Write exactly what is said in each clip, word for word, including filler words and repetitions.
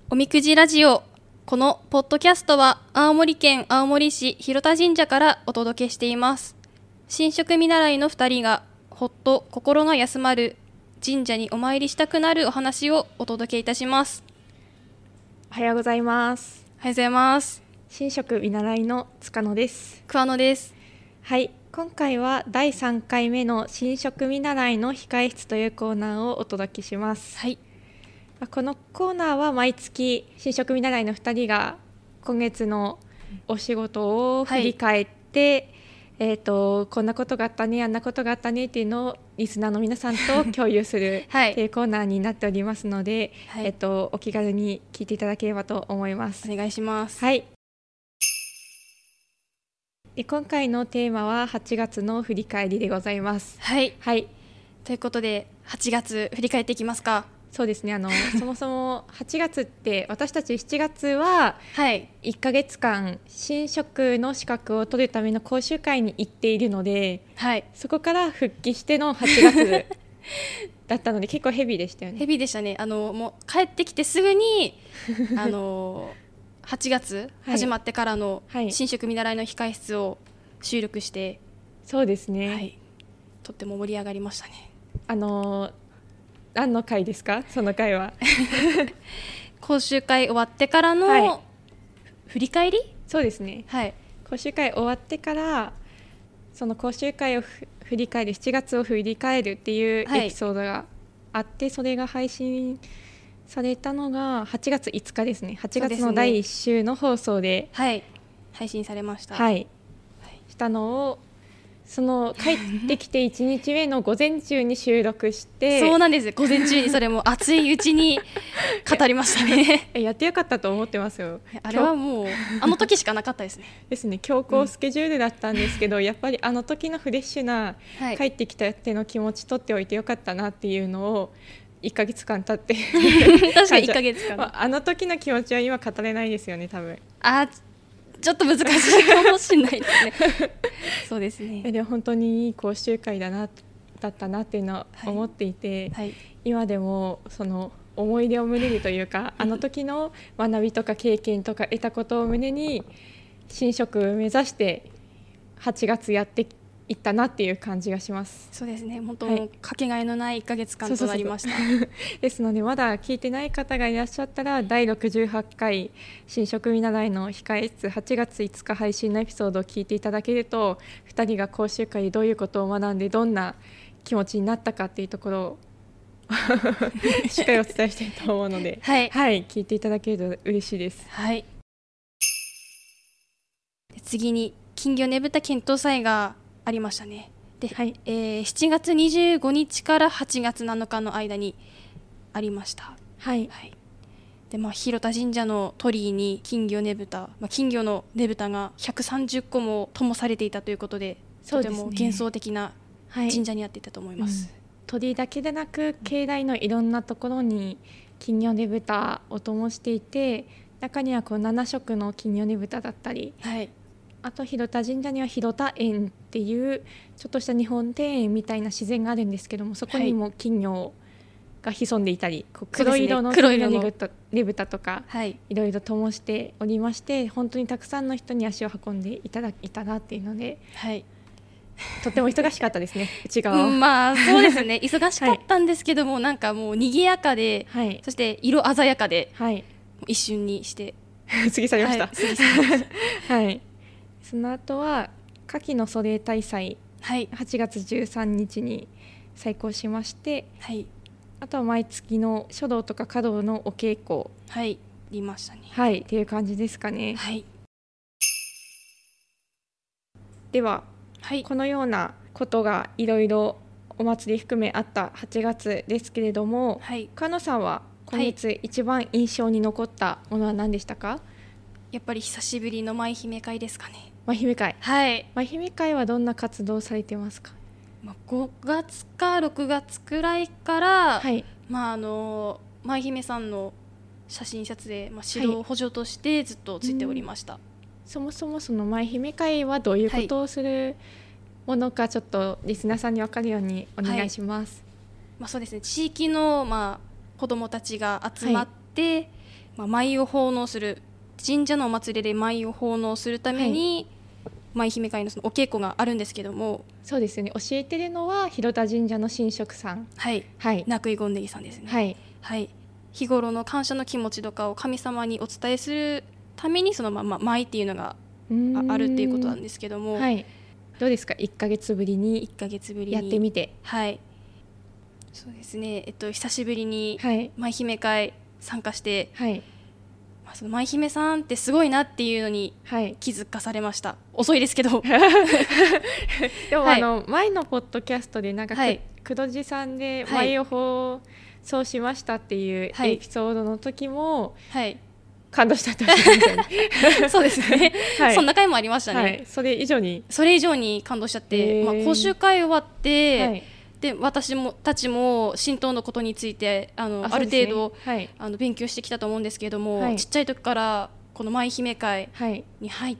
おみくじラジオ。このポッドキャストは青森県青森市広田神社からお届けしています。神職見習いのふたりがほっと心が休まる、神社にお参りしたくなるお話をお届けいたします。 おはようございます。 おはようございます。 神職見習いの塚野です。 桑野です。 はい、今回はだいさんかいめの神職見習いの控え室というコーナーをお届けします。 はい、 このコーナーは毎月神職見習いのふたりが今月のお仕事を振り返って、はい、えーと、こんなことがあったね、あんなことがあったねっていうのをリスナーの皆さんと共有するっていうコーナーになっておりますので、はい、えーと、お気軽に聞いていただければと思います。 お願いします。 はい、で今回のテーマははちがつの振り返りでございます。 はい、 はい、 ということではちがつ振り返っていきますか。 そうですね、あのそもそもはちがつって私たちしちがつはいっかげつかん神職の資格を取るための講習会に行っているので、はい、そこから復帰してのはちがつだったので結構ヘビーでしたよね。 ヘビーでしたね。あのもう帰ってきてすぐにあのはちがつ始まってからの神職見習いの控え室を収録して、はい、 そうですね、 はい、とっても盛り上がりましたね。 あの何の回ですか、その回は講習会終わってからの、はい、振り返り。 そうですね、はい、講習会終わってからその講習会を振り返る、しちがつを振り返るっていうエピソードがあって、はい、それが配信されたのがはちがついつかですね。はちがつのだいいっ週の放送で、 はい、配信されました。 はい、したのをその帰ってきていちにちめの午前中に収録してそうなんです、午前中にそれも熱いうちに語りましたねやってよかったと思ってますよ。 あれはもうあの時しかなかったですねですね、強行スケジュールだったんですけど、うん、やっぱりあの時のフレッシュな、はい、帰ってきたっての気持ち取っておいてよかったなっていうのをいっかげつかん経って確かにいっかげつかん、 まあ、あの時の気持ちは今語れないですよね、多分。 あちょっと難しいかもしれないですねそうですね。 でも本当にいい講習会だなだったなっていうのを思っていて、はいはい、今でもその思い出を胸にというかあの時の学びとか経験とか得たことを胸に神職を目指してはちがつやっていったなっていう感じがします。 そうですね、本当、はい、かけがえのないいっかげつかんとなりました。 そうそうそうですのでまだ聞いてない方がいらっしゃったらだいろくじゅうはちかい神職見習いの控え室はちがついつか配信のエピソードを聞いていただけるとふたりが講習会でどういうことを学んでどんな気持ちになったかっていうところをしっかりお伝えしたいと思うので、はいはい、聞いていただけると嬉しいです。 はい、で次に金魚ねぶた検討祭がありましたね。で、はい、えー、しちがつにじゅうごにちからはちがつなのかの間にありました。はい、はい、でまあ、広田神社の鳥居に金魚ねぶた、まあ、金魚のねぶたがひゃくさんじゅっこも灯されていたということで、とても幻想的な神社になっていたと思います。はい、うん、 鳥居だけでなく境内のいろんなところに金魚ねぶたを灯していて、中にはこうななしょくの金魚ねぶただったり、はい、あと広田神社には広田園っていうちょっとした日本庭園みたいな自然があるんですけども、そこにも金魚が潜んでいたり、はい、黒色の金魚ねぶた、ねぶたとか、はい、いろいろ灯しておりまして、本当にたくさんの人に足を運んでいただいたなっていうので、はい、とても忙しかったですね内側は、 うん、まあそうですね忙しかったんですけども、はい、なんかもう賑やかで、はい、そして色鮮やかで、はい、一瞬にして過ぎ去りました、 はい、過ぎ去りましたはい、その後は夏季の祖霊大祭、はい、はちがつじゅうさんにちに再興しまして、はい、あとは毎月の書道とか華道のお稽古、 はい、りましたね。 はい、っていう感じですかね。はい、では、はい、このようなことがいろいろお祭り含めあったはちがつですけれども、はい、菅野さんは今月一番印象に残ったものは何でしたか？はい、 やっぱり久しぶりの舞姫会ですかね。 舞姫会、 はい、 舞姫会はどんな活動をされてますか？ まあ、ごがつかろくがつくらいから、はい、まあ、あの舞姫さんの写真撮影、まあ、指導補助としてずっとついておりました。はい、 そもそもその舞姫会はどういうことをするものか、ちょっとリスナーさんに分かるようにお願いします。はい、 まあ、そうですね、地域の、まあ、子どもたちが集まって、はい、 まあ、舞を奉納する神社のお祭りで舞を奉納するために、はい、舞姫会のそのお稽古があるんですけども、 そうですね、教えてるのは広田神社の神職さん、 はい、はい、名久井権ネギさんですね。 はい、 はい、日頃の感謝の気持ちとかを神様にお伝えするためにそのまま舞っていうのが あ, あるっていうことなんですけども、 はい、どうですかいっかげつぶりにいっかげつぶりにやってみて。 はい、そうですね、えっと、久しぶりに舞姫会参加して、 はい、 まあ、その舞姫さんってすごいなっていうのに気づかされました、はい、遅いですけどでも、はい、あの前のポッドキャストでなんか、はい、黒字さんで舞を放送しましたっていうエピソードの時も、はい、感動したって言ってましたねそうですね、はい、そんな回もありましたね、はい、 それ以上にそれ以上に感動しちゃって、まあ、講習会終わって、はい、で私もたちも神道のことについて あ, の あ, ある程度、ね、はい、あの勉強してきたと思うんですけれども、はい、ちっちゃい時からこの舞姫会に入って、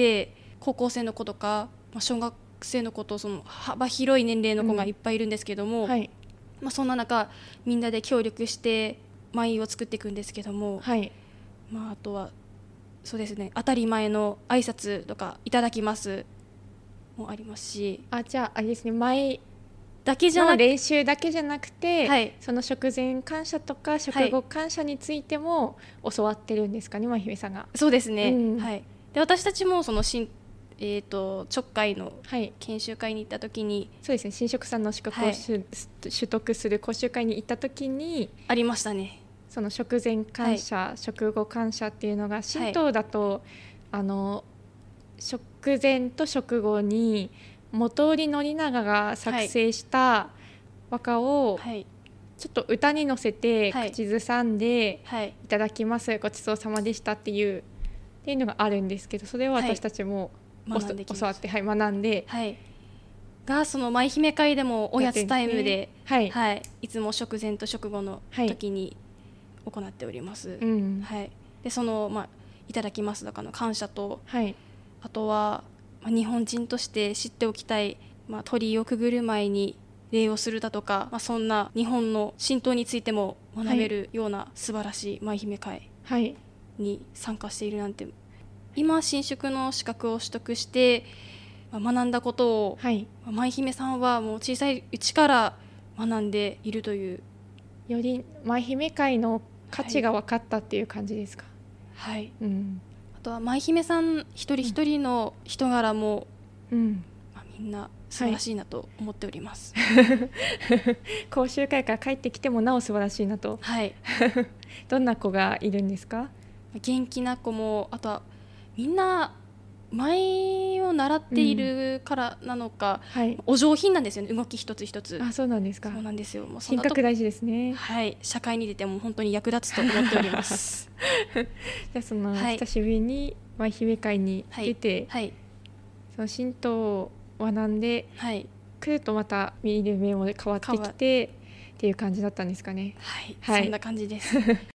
はい、高校生の子とか、まあ、小学生の子とその幅広い年齢の子がいっぱいいるんですけども、うん、はい、まあ、そんな中みんなで協力して舞を作っていくんですけども、はい、まあ、あとはそうですね、当たり前の挨拶とかいただきますもありますし、 あ、じゃああれですね、舞だけじゃなく練習だけじゃなくて、はい、その食前感謝とか食後感謝についても教わってるんですかね、舞姫さんが。 そうですね、うん、はい、で私たちもそのし、えー、と直会の研修会に行った時に、 はい、そうですね、神職さんの資格を、はい、取得する講習会に行った時にありましたね。 その食前感謝、はい、食後感謝っていうのが神道だと、はい、あの食前と食後に本居宣長が作成した和歌をちょっと歌に乗せて口ずさんで、はい、いただきますごちそうさまでしたっていうっていうのがあるんですけど、それを私たちも、はい、学んで教わって、はい、学んで、 はい、がその舞姫会でもおやつタイムで、はいはい、いつも食前と食後の時に行っております、はい、うん、はい、でその、まあ、いただきますとかの感謝と、はい、あとはまあ、日本人として知っておきたい、まあ、鳥居をくぐる前に礼をするだとか、まあ、そんな日本の神道についても学べるような素晴らしい舞姫会に参加しているなんて、はい、今神職の資格を取得して、まあ、学んだことを、はい、まあ、舞姫さんはもう小さいうちから学んでいるという、 より舞姫会の価値が分かったっていう感じですか。 はい、うん、あとは舞姫さん一人一人の人柄も、うん、まあ、みんな素晴らしいなと思っております、はい、 講習会から帰ってきてもなお素晴らしいなと、はい、どんな子がいるんですか。 元気な子も、あとはみんな舞を習っているからなのか、うん、はい、お上品なんですよね、動き一つ一つ。 あ、そうなんですか。 そうなんですよ。もう品格大事ですね。 はい、社会に出ても本当に役立つと思っておりますじゃあその、はい、久しぶりに舞姫会に出て、はいはい、その神道を学んで、はい、来るとまた見る目も変わってきてっていう感じだったんですかね。 はい、はい、そんな感じです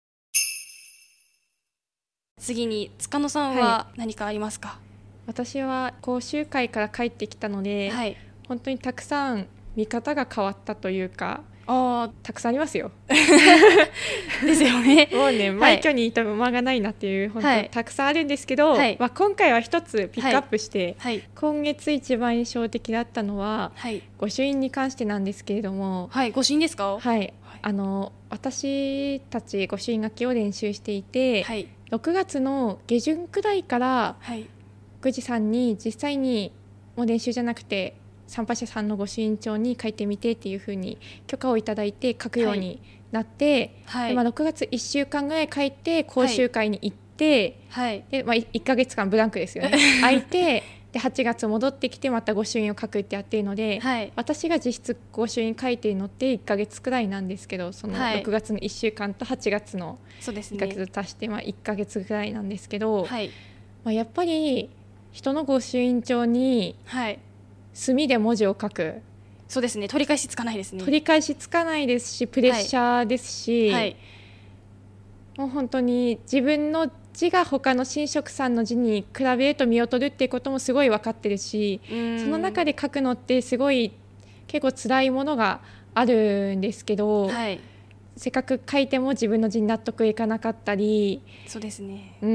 次に塚野さんは何かありますか。はい、 私は講習会から帰ってきたので、はい、本当にたくさん見方が変わったというか、あ、たくさんありますよですよね。 もうね、枚挙にいた間がないなっていう、本当にたくさんあるんですけど、はい、まあ、今回は一つピックアップして、はいはい、今月一番印象的だったのは、はい、御朱印に関してなんですけれども、 はい、御朱印ですか。 はい、あの私たち御朱印書きを練習していて、はい、ろくがつの下旬くらいから、はい、宮司さんに実際にもう練習じゃなくて参拝者さんの御朱印帳に書いてみてっていう風に許可をいただいて書くようになって、はい、でまあ、ろくがついっしゅうかんぐらい書いて講習会に行って、はい、でまあ、いっかげつかんブランクですよね空いてではちがつ戻ってきてまた御朱印を書くってやってるので、はい、私が実質御朱印書いてるのっていっかげつくらいなんですけど、そのろくがつのいっしゅうかんとはちがつのいっかげつ足してまあいっかげつくらいなんですけど、はい、まあ、やっぱり人の御朱印帳に墨で文字を書く、はい、 そうですね、取り返しつかないですね。 取り返しつかないですし、プレッシャーですし、はいはい、もう本当に自分の字が他の神職さんの字に比べると見劣るっていうこともすごい分かってるし、その中で書くのってすごい結構辛いものがあるんですけど、はい、 せっかく書いても自分の字に納得いかなかったり、 そうですね、 うん、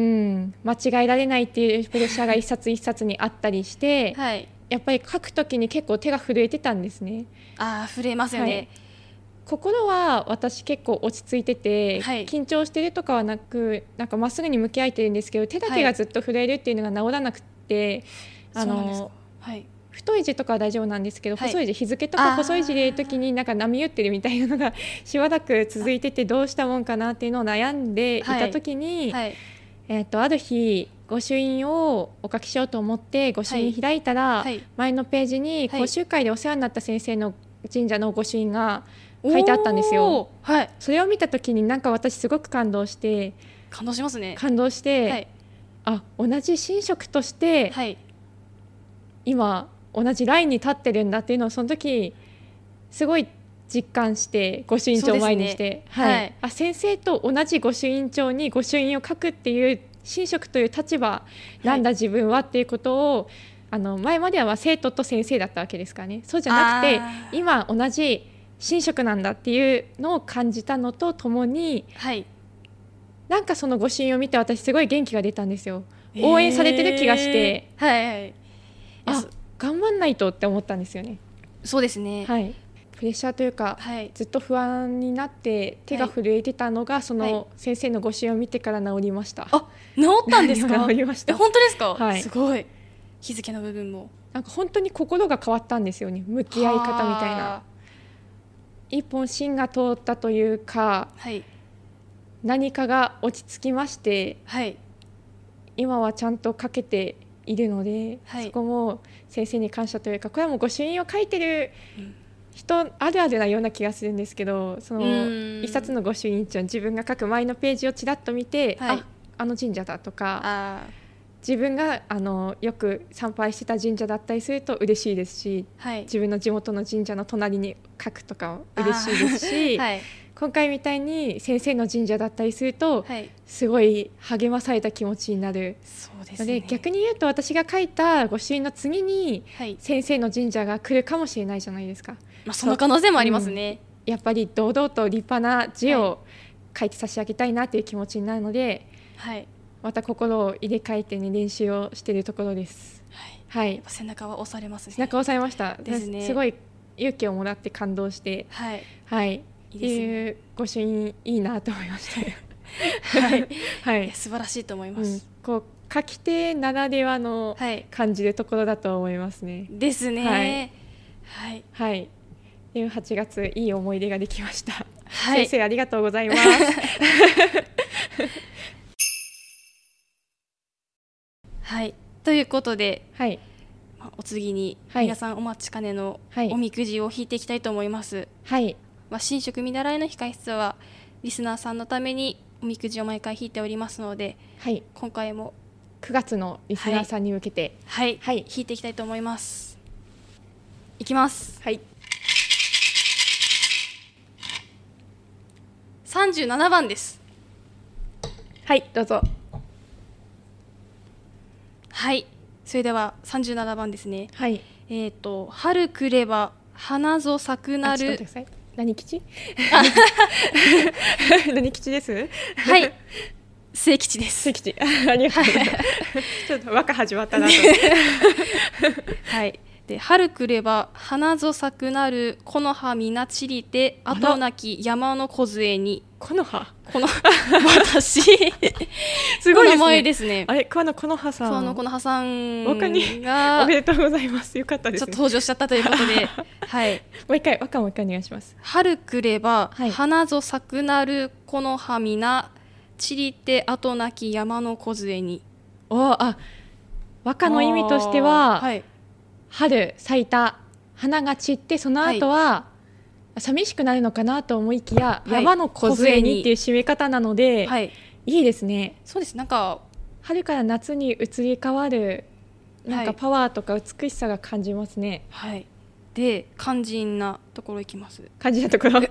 間違えられないっていうプレッシャーが一冊一冊にあったりして、はい、やっぱり書くときに結構手が震えてたんですね。 あー、震えますよね、はい、 心は私結構落ち着いてて、はい、緊張してるとかはなく、なんかまっすぐに向き合えてるんですけど、手だけがずっと震えるっていうのが治らなくて、はい、あのはい、太い字とかは大丈夫なんですけど、はい、細い字、日付とか細い字で言うときになんか波打ってるみたいなのがしばらく続いてて、どうしたもんかなっていうのを悩んでいたときに、はいはい、えー、とある日御朱印をお書きしようと思って御朱印開いたら、はい、前のページに講習会でお世話になった先生の神社の御朱印が書いてあったんですよ、はい、それを見たときになんか私すごく感動して感動しますね感動して、はい、あ、同じ神職として、はい、今同じラインに立ってるんだっていうのをその時すごい実感して、御朱印帳を前にして、ね、はいはい、あ、先生と同じ御朱印帳に御朱印を書くっていう神職という立場なんだ、はい、自分はっていうことを、あの前までは生徒と先生だったわけですからね。そうじゃなくて今同じ神職なんだっていうのを感じたのとともに、はい、なんかその御朱印を見て私すごい元気が出たんですよ。応援されてる気がして、はいはい、あ、頑張んないとって思ったんですよね。 そうですね、 はい、プレッシャーというか、はい、ずっと不安になって手が震えてたのが、はい、その先生の御朱印を見てから治りました。 あ、治ったんですか？ 治りました。 え、本当ですか？ はい、 すごい。日付の部分もなんか本当に心が変わったんですよね。向き合い方みたいな、一本芯が通ったというか、はい、何かが落ち着きまして、はい、今はちゃんと書けているので、はい、そこも先生に感謝というか、これはもう御朱印を書いてる人あるあるなような気がするんですけど、その一冊の御朱印帳、自分が書く前のページをちらっと見て、はい、あ、あの神社だとか、あ、自分があのよく参拝してた神社だったりすると嬉しいですし、はい、自分の地元の神社の隣に書くとかも嬉しいですし、はい、今回みたいに先生の神社だったりすると、はい、すごい励まされた気持ちになる。そうですね、ので逆に言うと私が書いた御朱印の次に先生の神社が来るかもしれないじゃないですか、 まあ、その可能性もありますね、 うん、やっぱり堂々と立派な字を書いて差し上げたいなという気持ちになるので、はい、また心を入れ替えて、ね、練習をしているところです。はい、はい、 背中は押されますね。 背中押されましたですね。すごい勇気をもらって感動して、はい、はい、いいですね、っていう御朱印いいなと思いましたね。 はい、はい、素晴らしいと思います、うん、 こう書き手ならではの感じるところだと思いますね。 ですね。はい、 はいはい、はちがついい思い出ができました、はい、先生ありがとうございます。 はい、ということで、はい、まあ、お次に皆さんお待ちかねのおみくじを引いていきたいと思います。はい、まあ、新職見習いの控室はリスナーさんのためにおみくじを毎回引いておりますので、はい、今回もくがつのリスナーさんに向けて、 はい、はい、引いていきたいと思います。いきます。はい、さんじゅうななばんです。 はい、どうぞ。 はい、それではさんじゅうななばんですね。はい、えっ、ー、と春来れば花ぞ咲くなる。 何吉？何吉です？ はい、末吉です。 末吉。ありがとうございます。ちょっと和歌始まったなと。 はい。で、春来れば花ぞ咲くなる木の葉みな散りて後なき山の梢に。 木の葉？ この私すごい名前ですね。 あれ、桑名木の葉さん。 桑名木の葉さんがおめでとうございます。よかったですね。 ちょっと登場しちゃったということで、はい。 もう一回和歌もう一回お願いします。 春来れば、はい、花ぞ咲くなる木の葉みな散りて後なき山の梢に。 お、あ、和歌の意味としては、はい、春咲いた花が散ってその後は、はい、寂しくなるのかなと思いきや、はい、山の梢にっていう締め方なので、はい、いいですね。 そうです。なんか春から夏に移り変わるなんかパワーとか美しさが感じますね。 はい、で肝心なところいきます。 肝心なところ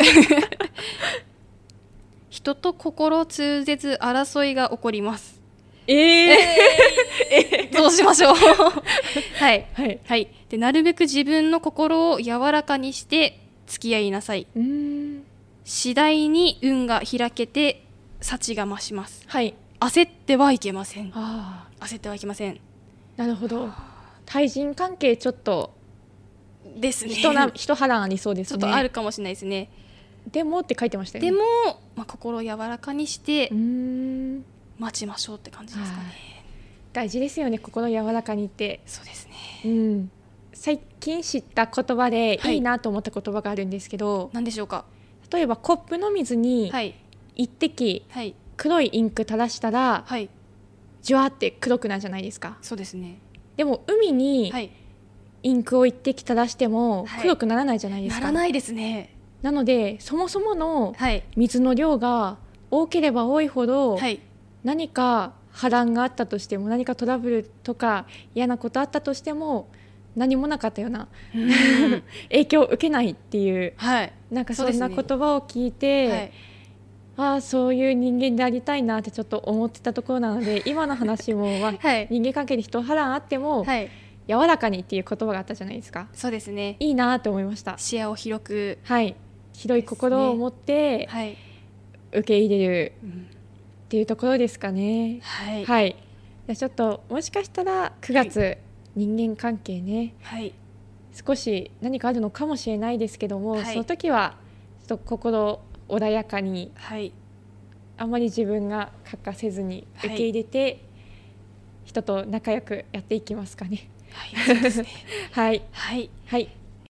人と心通ぜず争いが起こります。 えー、 えー、どうしましょう。はい、はい、はい、でなるべく自分の心を柔らかにして付き合いなさい。うーん、 次第に運が開けて幸が増します。 はい、 焦ってはいけません。 あ焦ってはいけません。 なるほど。対人関係ちょっとですね。 人な人波乱ありそうですね。 ちょっとあるかもしれないですね。 でもって書いてましたよね。 でも、まあ、心を柔らかにしてうーん待ちましょうって感じですかね。 大事ですよね、心柔らかにって。 そうですね。 うん、最近知った言葉ではいいいなと思った言葉があるんですけど、 何でしょうか。 例えばコップの水にはい一滴はい黒いインク垂らしたらはいジュワって黒くなるじゃないですか。 そうですね。 でも海にはいインクを一滴垂らしてもはい黒くならないじゃないですか。 ならないですね。 なのでそもそものはい水の量が多ければ多いほど、 はい何か波乱があったとしても、何かトラブルとか嫌なことあったとしても何もなかったようなうん影響を受けないっていう、 はいなんかそそうですねんな言葉を聞いて、 はいああそういう人間でありたいなってちょっと思ってたところなので、今の話も、まあはい人間関係で人波乱あっても、 はい柔らかにっていう言葉があったじゃないですか。 そうですね。 いいなと思いました。 視野を広くはい広い心を持ってはい受け入れるうんっていうところですかね。 はいはい、じゃあちょっともしかしたらくがつ、はい、人間関係ねはい少し何かあるのかもしれないですけども、 はい、 その時はちょっと心穏やかに、 はい、 あまり自分が欠かせずに受け入れて、はい、人と仲良くやっていきますかね。 はい、そうですね。 はいはいはい。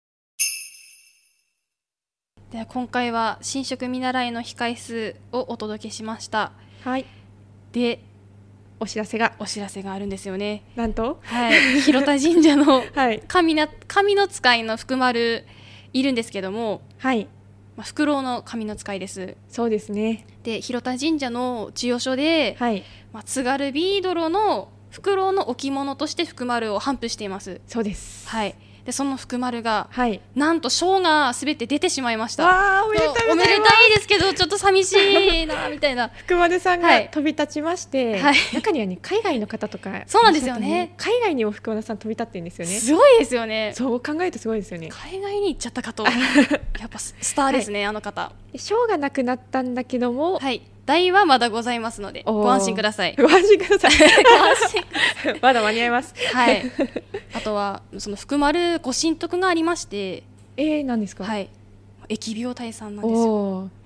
では今回は新職見習いの控室をお届けしました。 はい。 でお知らせがお知らせがあるんですよね。 なんと、 はい、広田神社の神な、 はい、 神の使いの福丸いるんですけども、 はい、 まあ、フクロウの神の使いです。 そうですね。 で広田神社の授与所で、 はい、 まあ、津軽ビードロのフクロウの置物として福丸を頒布しています。 そうです。 はい。でその福丸が、 はい、 なんと賞がすべて出てしまいました。 わー、おめでとうございます。 おめでたいですけどちょっと寂しいなみたいな。 福丸さんが飛び立ちまして、 はい、 中にはね海外の方とか、 そうなんですよね。 海外にも福丸さん飛び立ってるんですよね。 すごいですよね。 そう考えるとすごいですよね。 海外に行っちゃったかと。やっぱスターですね、はい、あの方。 賞がなくなったんだけども、 はい、代はまだございますのでご安心ください。 ご安心ください。まだ間に合います。 はい。あとはその福丸ご神徳がありまして、 えー、何ですか。 はい、疫病退散なんですよ。はい、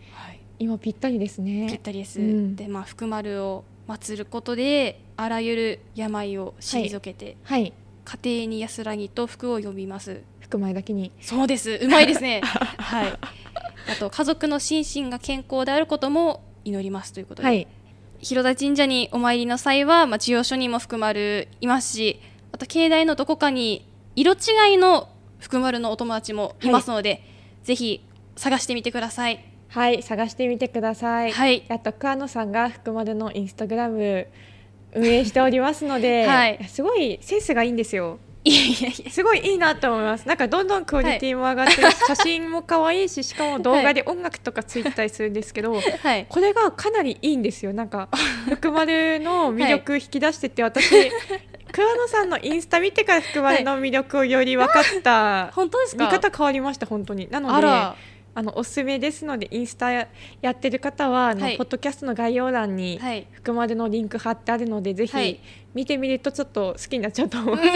今ぴったりですね。 ぴったりです。うん、でまあ福丸を祀ることであらゆる病を退けて、はいはい、家庭に安らぎと福を呼びます。 福前だけに。 そうです。うまいですね。はい。あと家族の心身が健康であることも祈りますということで、はい、広田神社にお参りの際は、まあ、授与所にも福丸いますし、あと境内のどこかに色違いの福丸のお友達もいますので、はい、ぜひ探してみてください。 はい、探してみてください。はい、あと桑野さんが福丸のインスタグラム運営しておりますので、はい、すごいセンスがいいんですよ。 いやいやいや、 すごいいいなと思います。なんかどんどんクオリティも上がってるし、はい、写真も可愛いし、しかも動画で音楽とかついてたりするんですけど、はい、これがかなりいいんですよ。なんか福丸の魅力引き出してて、はい、私桑野さんのインスタ見てから福丸の魅力をより分かった、はい、 本当ですか。 見方変わりました本当に。なのでああのおすすめですので、インスタやってる方はあの、はい、ポッドキャストの概要欄に福丸のリンク貼ってあるので、ぜひ見てみるとちょっと好きになっちゃうと思います。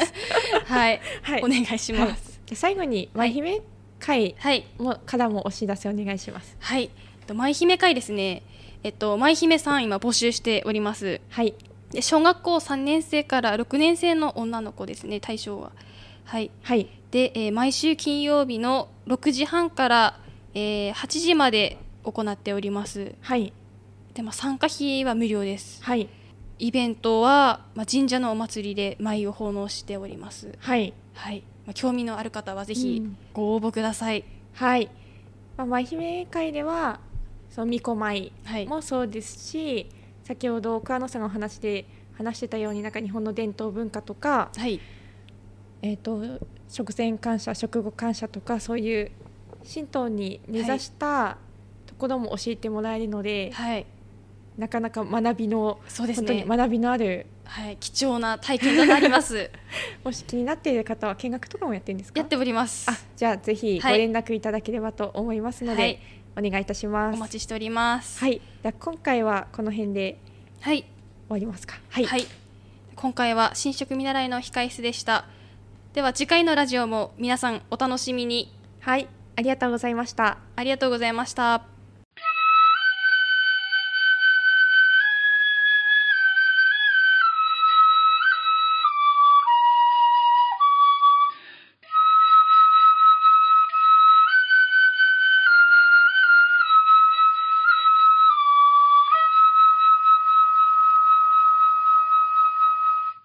はい、はい、お願いします。はい、 最後に舞姫会もからもお知らせお願いします。 はい、舞姫会ですね。えっと舞姫さん今募集しております。 はい。 で小学校さんねん生からろくねん生の女の子ですね、対象は。はい。 はい。 で、えー、毎週金曜日のろくじはんから、えー、はちじまで行っております。 はい。 で、まあ、参加費は無料です。 はい。 イベントは、まあ、神社のお祭りで舞を奉納しております。 はい。 はい。まあ、興味のある方はぜひご応募ください。うん、 はい。まあ、舞姫会ではその巫女舞もそうですし、はい、先ほど桑野さんがお話で話してたように、なんか日本の伝統文化とか、 はい、 えーと、食前感謝、食後感謝とか、そういう神道に根ざしたところも教えてもらえるので、はい、なかなか学びの、そうですね、本当に学びのあるはい、貴重な体験となりますもし気になっている方は見学とかもやってるんですか？ やっております。 あ、じゃあぜひご連絡いただければと思いますので、はい、お願いいたします。 お待ちしております。 はい、では今回はこの辺ではい終わりますか？はい、 はい、今回は新職見習いの控室でした。では次回のラジオも皆さんお楽しみに。 はい、ありがとうございました。 ありがとうございました。